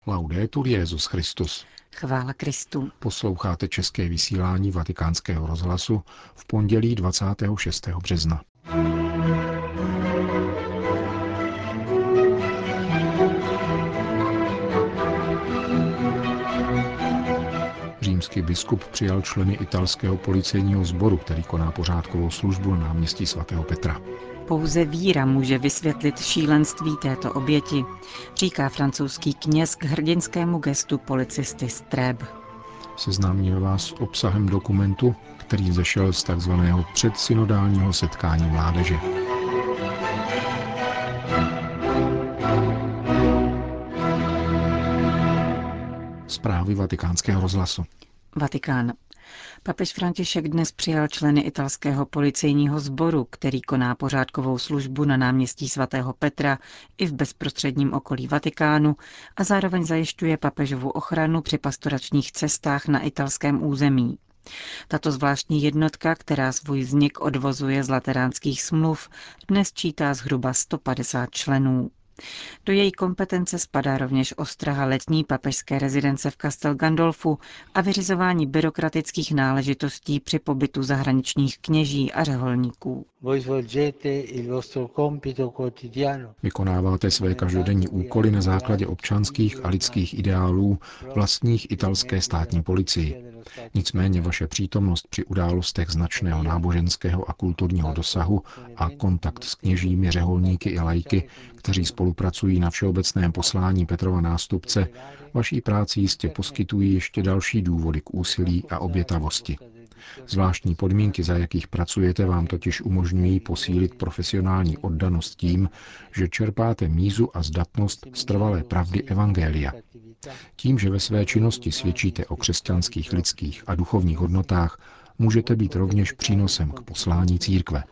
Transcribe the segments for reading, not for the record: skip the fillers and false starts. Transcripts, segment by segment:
Laudetur Jesus Christus. Chvála Kristu. Posloucháte české vysílání Vatikánského rozhlasu v pondělí 26. března. Římský biskup přijal členy italského policejního sboru, který koná pořádkovou službu na náměstí svatého Petra. Pouze víra může vysvětlit šílenství této oběti, říká francouzský kněz k hrdinskému gestu policisty z Trèbes. Seznámíme vás s obsahem dokumentu, který vzešel z takzvaného předsynodálního setkání mládeže. Zprávy Vatikánského rozhlasu. Vatikán. Papež František dnes přijal členy italského policejního sboru, který koná pořádkovou službu na náměstí svatého Petra i v bezprostředním okolí Vatikánu a zároveň zajišťuje papežovu ochranu při pastoračních cestách na italském území. Tato zvláštní jednotka, která svůj vznik odvozuje z lateránských smluv, dnes čítá zhruba 150 členů. Do její kompetence spadá rovněž ostraha letní papežské rezidence v Castel Gandolfu a vyřizování byrokratických náležitostí při pobytu zahraničních kněží a řeholníků. Vykonáváte své každodenní úkoly na základě občanských a lidských ideálů vlastních italské státní policii. Nicméně vaše přítomnost při událostech značného náboženského a kulturního dosahu a kontakt s kněžími, řeholníky i laiky, kteří spolupracují na všeobecném poslání Petrova nástupce, vaší práci jistě poskytují ještě další důvody k úsilí a obětavosti. Zvláštní podmínky, za jakých pracujete, vám totiž umožňují posílit profesionální oddanost tím, že čerpáte mízu a zdatnost z trvalé pravdy evangelia. Tím, že ve své činnosti svědčíte o křesťanských, lidských a duchovních hodnotách, můžete být rovněž přínosem k poslání církve.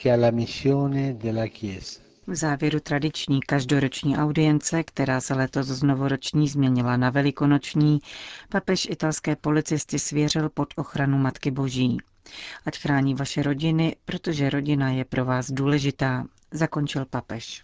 V závěru tradiční každoroční audience, která se letos z novoroční změnila na velikonoční, papež italské policisty svěřil pod ochranu Matky Boží. Ať chrání vaše rodiny, protože rodina je pro vás důležitá, zakončil papež.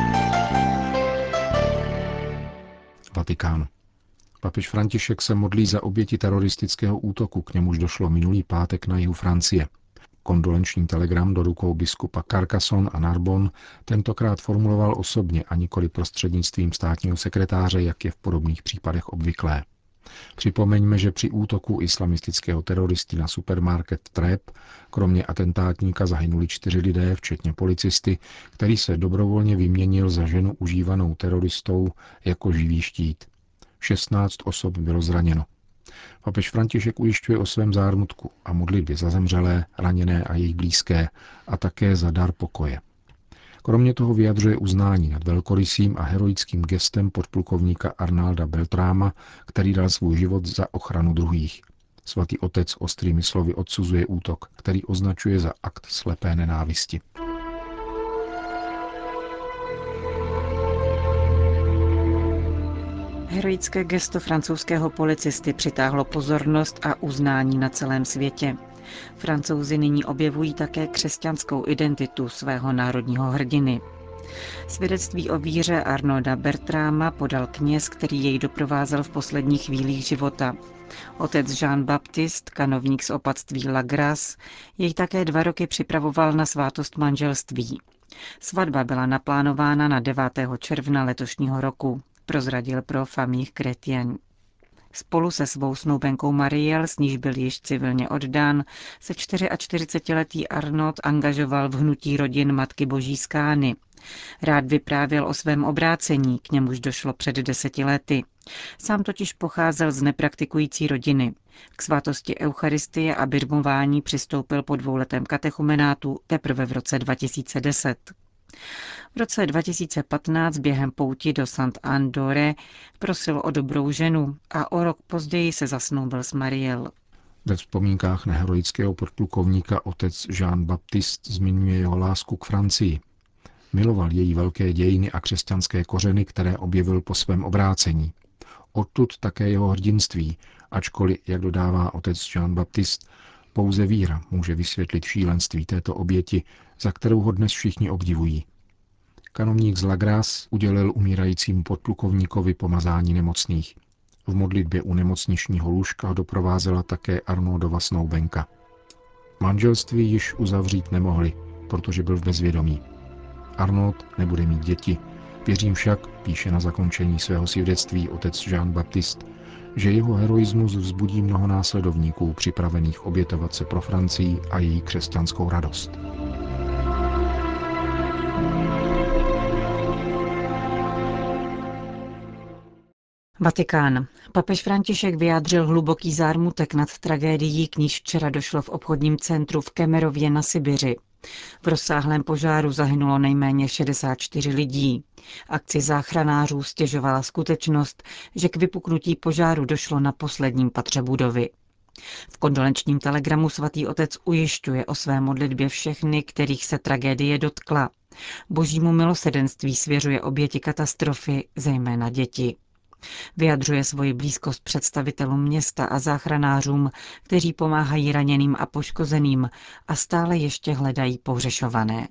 Vatikán. Papež František se modlí za oběti teroristického útoku, k němuž došlo minulý pátek na jihu Francie. Kondolenční telegram do rukou biskupa Carcassonne a Narbonne tentokrát formuloval osobně a nikoli prostřednictvím státního sekretáře, jak je v podobných případech obvyklé. Připomeňme, že při útoku islamistického teroristy na supermarket v Trèbes kromě atentátníka zahynuli 4 lidé, včetně policisty, který se dobrovolně vyměnil za ženu užívanou teroristou jako živý štít. 16 osob bylo zraněno. Papež František ujišťuje o svém zármutku a modlitbě za zemřelé, raněné a jejich blízké a také za dar pokoje. Kromě toho vyjadřuje uznání nad velkorysým a heroickým gestem podplukovníka Arnalda Beltráma, který dal svůj život za ochranu druhých. Svatý otec ostrými slovy odsuzuje útok, který označuje za akt slepé nenávisti. Heroické gesto francouzského policisty přitáhlo pozornost a uznání na celém světě. Francouzi nyní objevují také křesťanskou identitu svého národního hrdiny. Svědectví o víře Arnolda Bertráma podal kněz, který jej doprovázel v posledních chvílích života. Otec Jean-Baptiste, kanovník z opatství La Grace, jej také 2 roky připravoval na svátost manželství. Svatba byla naplánována na 9. června letošního roku, prozradil pro Famille Chrétienne. Spolu se svou snoubenkou Marielle, s níž byl již civilně oddán, se 44letý Arnaud angažoval v hnutí rodin Matky Boží z Kány. Rád vyprávěl o svém obrácení, k němuž došlo před 10 lety. Sám totiž pocházel z nepraktikující rodiny. K svátosti Eucharistie a birmování přistoupil po 2letém katechumenátu teprve v roce 2010. V roce 2015 během pouti do Saint-Anne-d'Auray prosil o dobrou ženu a o rok později se zasnoubil s Marielle. Ve vzpomínkách na heroického podplukovníka otec Jean-Baptiste zmiňuje jeho lásku k Francii. Miloval její velké dějiny a křesťanské kořeny, které objevil po svém obrácení. Odtud také jeho hrdinství, ačkoliv, jak dodává otec Jean-Baptiste, pouze víra může vysvětlit šílenství této oběti, za kterou ho dnes všichni obdivují. Kanovník z Lagras udělil umírajícímu podplukovníkovi pomazání nemocných. V modlitbě u nemocničního lůžka doprovázela také Arnaudova snoubenka. Manželství již uzavřít nemohli, protože byl v bezvědomí. Arnaud nebude mít děti. Věřím však, píše na zakončení svého svědectví otec Jean-Baptiste, že jeho heroismus vzbudí mnoho následovníků připravených obětovat se pro Francii a její křesťanskou radost. Vatikán. Papež František vyjádřil hluboký zármutek nad tragédií, k níž včera došlo v obchodním centru v Kemerově na Sibiři. V rozsáhlém požáru zahynulo nejméně 64 lidí. Akci záchranářů stěžovala skutečnost, že k vypuknutí požáru došlo na posledním patře budovy. V kondolenčním telegramu svatý otec ujišťuje o své modlitbě všechny, kterých se tragédie dotkla. Božímu milosedenství svěřuje oběti katastrofy, zejména děti. Vyjadřuje svoji blízkost představitelům města a záchranářům, kteří pomáhají raněným a poškozeným a stále ještě hledají pohřešované.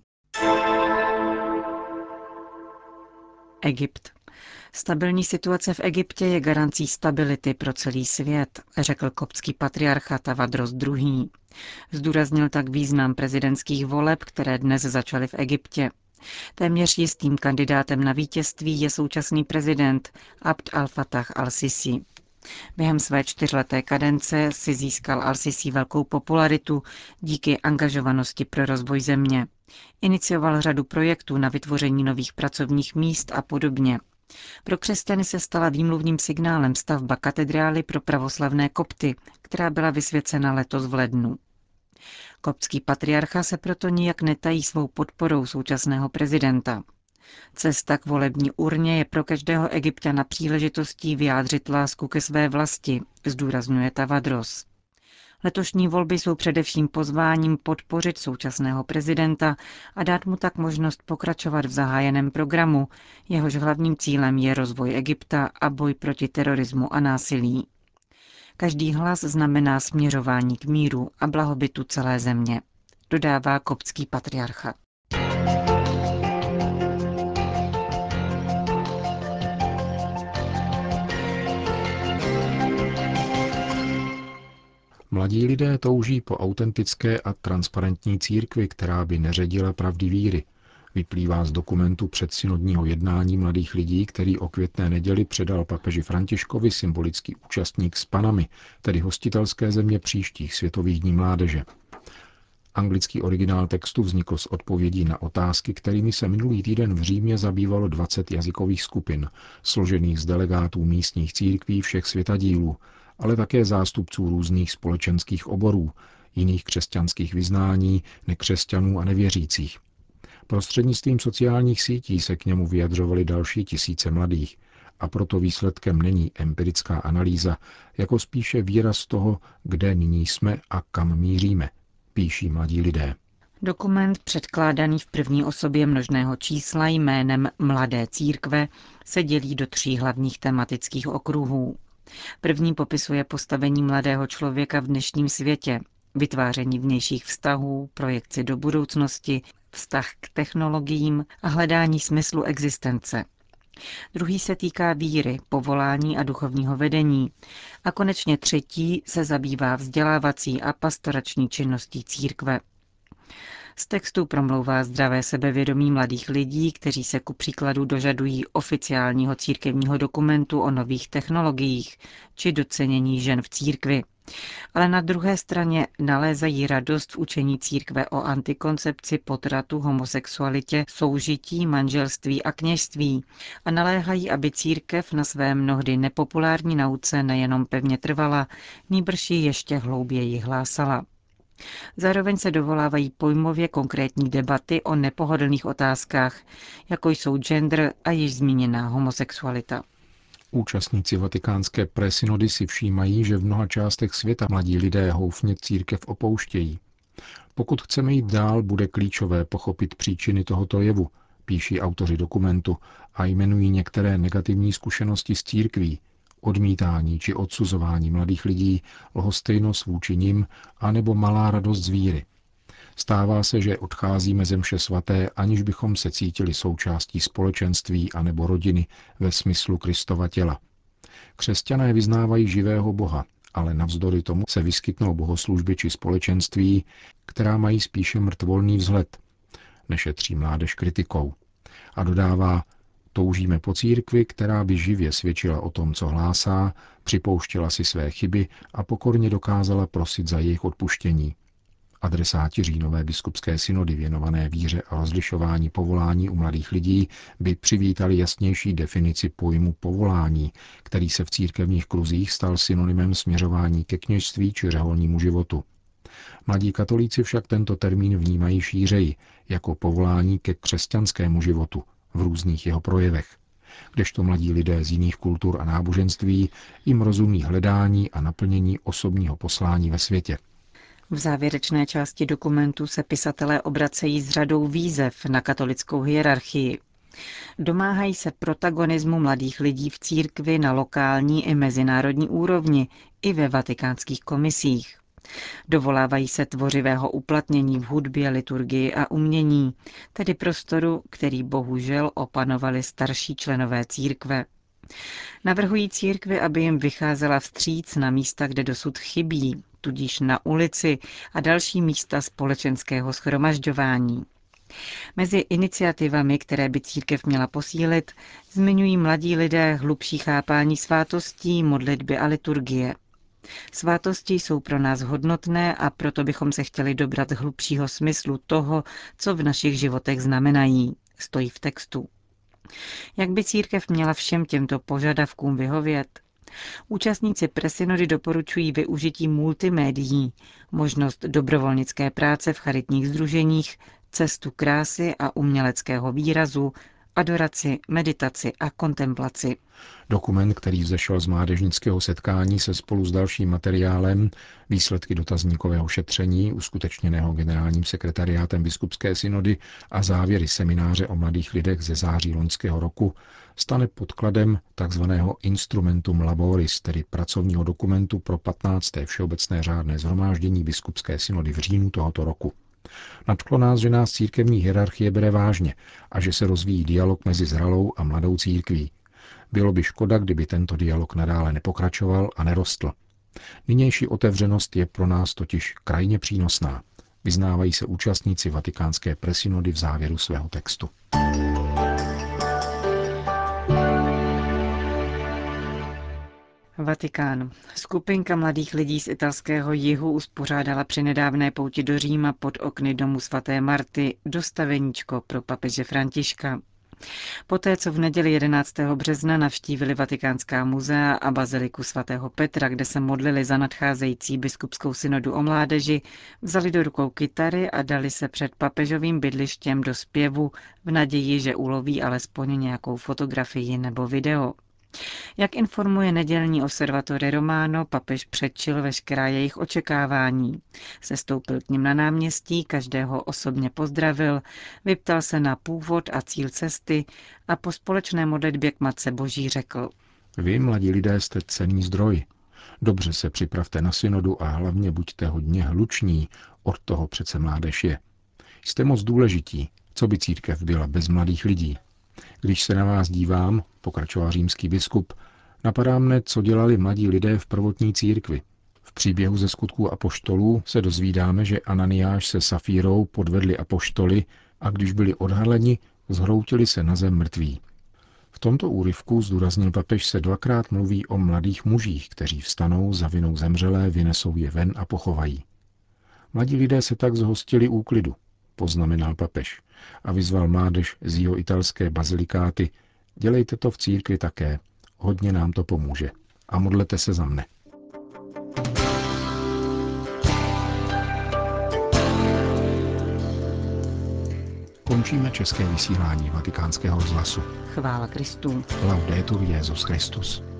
Egypt. Stabilní situace v Egyptě je garancí stability pro celý svět, řekl koptský patriarcha Tavadros II. Zdůraznil tak význam prezidentských voleb, které dnes začaly v Egyptě. Téměř jistým kandidátem na vítězství je současný prezident Abd al-Fatah al-Sisi. Během své 4leté kadence si získal al-Sisi velkou popularitu díky angažovanosti pro rozvoj země. Inicioval řadu projektů na vytvoření nových pracovních míst a podobně. Pro křesťany se stala výmluvným signálem stavba katedrály pro pravoslavné kopty, která byla vysvěcena letos v lednu. Koptský patriarcha se proto nijak netají svou podporou současného prezidenta. Cesta k volební urně je pro každého Egypťana příležitostí vyjádřit lásku ke své vlasti, zdůrazňuje Tavadros. Letošní volby jsou především pozváním podpořit současného prezidenta a dát mu tak možnost pokračovat v zahájeném programu, jehož hlavním cílem je rozvoj Egypta a boj proti terorismu a násilí. Každý hlas znamená směřování k míru a blahobytu celé země, dodává koptský patriarcha. Mladí lidé touží po autentické a transparentní církvi, která by neředila pravdy víry. Vyplývá z dokumentu předsynodního jednání mladých lidí, který o Květné neděli předal papeži Františkovi symbolický účastník z Panamy, tedy hostitelské země příštích světových dní mládeže. Anglický originál textu vznikl z odpovědí na otázky, kterými se minulý týden v Římě zabývalo 20 jazykových skupin, složených z delegátů místních církví všech světadílů, ale také zástupců různých společenských oborů, jiných křesťanských vyznání, nekřesťanů a nevěřících. Prostřednictvím sociálních sítí se k němu vyjadřovaly další tisíce mladých a proto výsledkem není empirická analýza, jako spíše výraz toho, kde nyní jsme a kam míříme, píší mladí lidé. Dokument předkládaný v první osobě množného čísla jménem Mladé církve se dělí do 3 hlavních tematických okruhů. První popisuje postavení mladého člověka v dnešním světě, vytváření vnějších vztahů, projekci do budoucnosti, vztah k technologiím a hledání smyslu existence. Druhý se týká víry, povolání a duchovního vedení. A konečně třetí se zabývá vzdělávací a pastorační činností církve. Z textu promlouvá zdravé sebevědomí mladých lidí, kteří se ku příkladu dožadují oficiálního církevního dokumentu o nových technologiích či docenění žen v církvi. Ale na druhé straně nalézají radost v učení církve o antikoncepci, potratu, homosexualitě, soužití, manželství a kněžství a naléhají, aby církev na své mnohdy nepopulární nauce nejenom pevně trvala, nýbrž ji ještě hlouběji hlásala. Zároveň se dovolávají pojmově konkrétní debaty o nepohodlných otázkách, jako jsou gender a již zmíněná homosexualita. Účastníci vatikánské presynody si všímají, že v mnoha částech světa mladí lidé houfně církev opouštějí. Pokud chceme jít dál, bude klíčové pochopit příčiny tohoto jevu, píší autoři dokumentu a jmenují některé negativní zkušenosti s církví, odmítání či odsuzování mladých lidí, lhostejnost vůči nim, anebo malá radost z víry. Stává se, že odcházíme ze mše svaté, aniž bychom se cítili součástí společenství anebo rodiny ve smyslu Kristova těla. Křesťané vyznávají živého Boha, ale navzdory tomu se vyskytnou bohoslužby či společenství, která mají spíše mrtvolný vzhled, nešetří mládež kritikou. A dodává, toužíme po církvi, která by živě svědčila o tom, co hlásá, připouštěla si své chyby a pokorně dokázala prosit za jejich odpuštění. Adresáti říjnové biskupské synody věnované víře a rozlišování povolání u mladých lidí by přivítali jasnější definici pojmu povolání, který se v církevních kruzích stal synonymem směřování ke kněžství či řeholnímu životu. Mladí katolíci však tento termín vnímají šířeji, jako povolání ke křesťanskému životu v různých jeho projevech, kdežto mladí lidé z jiných kultur a náboženství jim rozumí hledání a naplnění osobního poslání ve světě. V závěrečné části dokumentu se pisatelé obracejí s řadou výzev na katolickou hierarchii. Domáhají se protagonismu mladých lidí v církvi na lokální i mezinárodní úrovni, i ve vatikánských komisích. Dovolávají se tvořivého uplatnění v hudbě, liturgii a umění, tedy prostoru, který bohužel opanovali starší členové církve. Navrhují církvi, aby jim vycházela vstříc na místa, kde dosud chybí, tudíž na ulici a další místa společenského shromažďování. Mezi iniciativami, které by církev měla posílit, zmiňují mladí lidé hlubší chápání svátostí, modlitby a liturgie. Svátosti jsou pro nás hodnotné a proto bychom se chtěli dobrat hlubšího smyslu toho, co v našich životech znamenají, stojí v textu. Jak by církev měla všem těmto požadavkům vyhovět? Účastníci presynody doporučují využití multimédií, možnost dobrovolnické práce v charitních sdruženích, cestu krásy a uměleckého výrazu, adoraci, meditaci a kontemplaci. Dokument, který vzešel z mládežnického setkání, se spolu s dalším materiálem, výsledky dotazníkového šetření uskutečněného generálním sekretariátem biskupské synody a závěry semináře o mladých lidech ze září loňského roku, stane podkladem tzv. Instrumentum Laboris, tedy pracovního dokumentu pro 15. všeobecné řádné shromáždění biskupské synody v říjnu tohoto roku. Nadchlo nás, že nás církevní hierarchie bere vážně a že se rozvíjí dialog mezi zralou a mladou církví. Bylo by škoda, kdyby tento dialog nadále nepokračoval a nerostl. Nynější otevřenost je pro nás totiž krajně přínosná, vyznávají se účastníci vatikánské presynody v závěru svého textu. Vatikán. Skupinka mladých lidí z italského jihu uspořádala při nedávné pouti do Říma pod okny domu svaté Marty dostaveníčko pro papeže Františka. Poté, co v neděli 11. března navštívili Vatikánská muzea a baziliku svatého Petra, kde se modlili za nadcházející biskupskou synodu o mládeži, vzali do rukou kytary a dali se před papežovým bydlištěm do zpěvu v naději, že uloví alespoň nějakou fotografii nebo video. Jak informuje nedělní Osservatore Romano, papež předčil veškerá jejich očekávání. Sestoupil k nim na náměstí, každého osobně pozdravil, vyptal se na původ a cíl cesty a po společné modlitbě k Matce Boží řekl: Vy, mladí lidé, jste cenný zdroj. Dobře se připravte na synodu a hlavně buďte hodně hluční, od toho přece mládež je. Jste moc důležití, co by církev byla bez mladých lidí. Když se na vás dívám, pokračoval římský biskup, napadá mne, co dělali mladí lidé v prvotní církvi. V příběhu ze Skutků apoštolů se dozvídáme, že Ananiáš se Safírou podvedli apoštoly a když byli odhaleni, zhroutili se na zem mrtví. V tomto úryvku, zdůraznil papež, se dvakrát mluví o mladých mužích, kteří vstanou, za vinou zemřelé, vynesou je ven a pochovají. Mladí lidé se tak zhostili úklidu, poznamenal papež a vyzval mládež z jeho italské bazilikáty: dělejte to v církvi také, hodně nám to pomůže a modlete se za mne. Končíme české vysílání Vatikánského rozhlasu. Chvála Kristu. Laudetur Jesus Christus.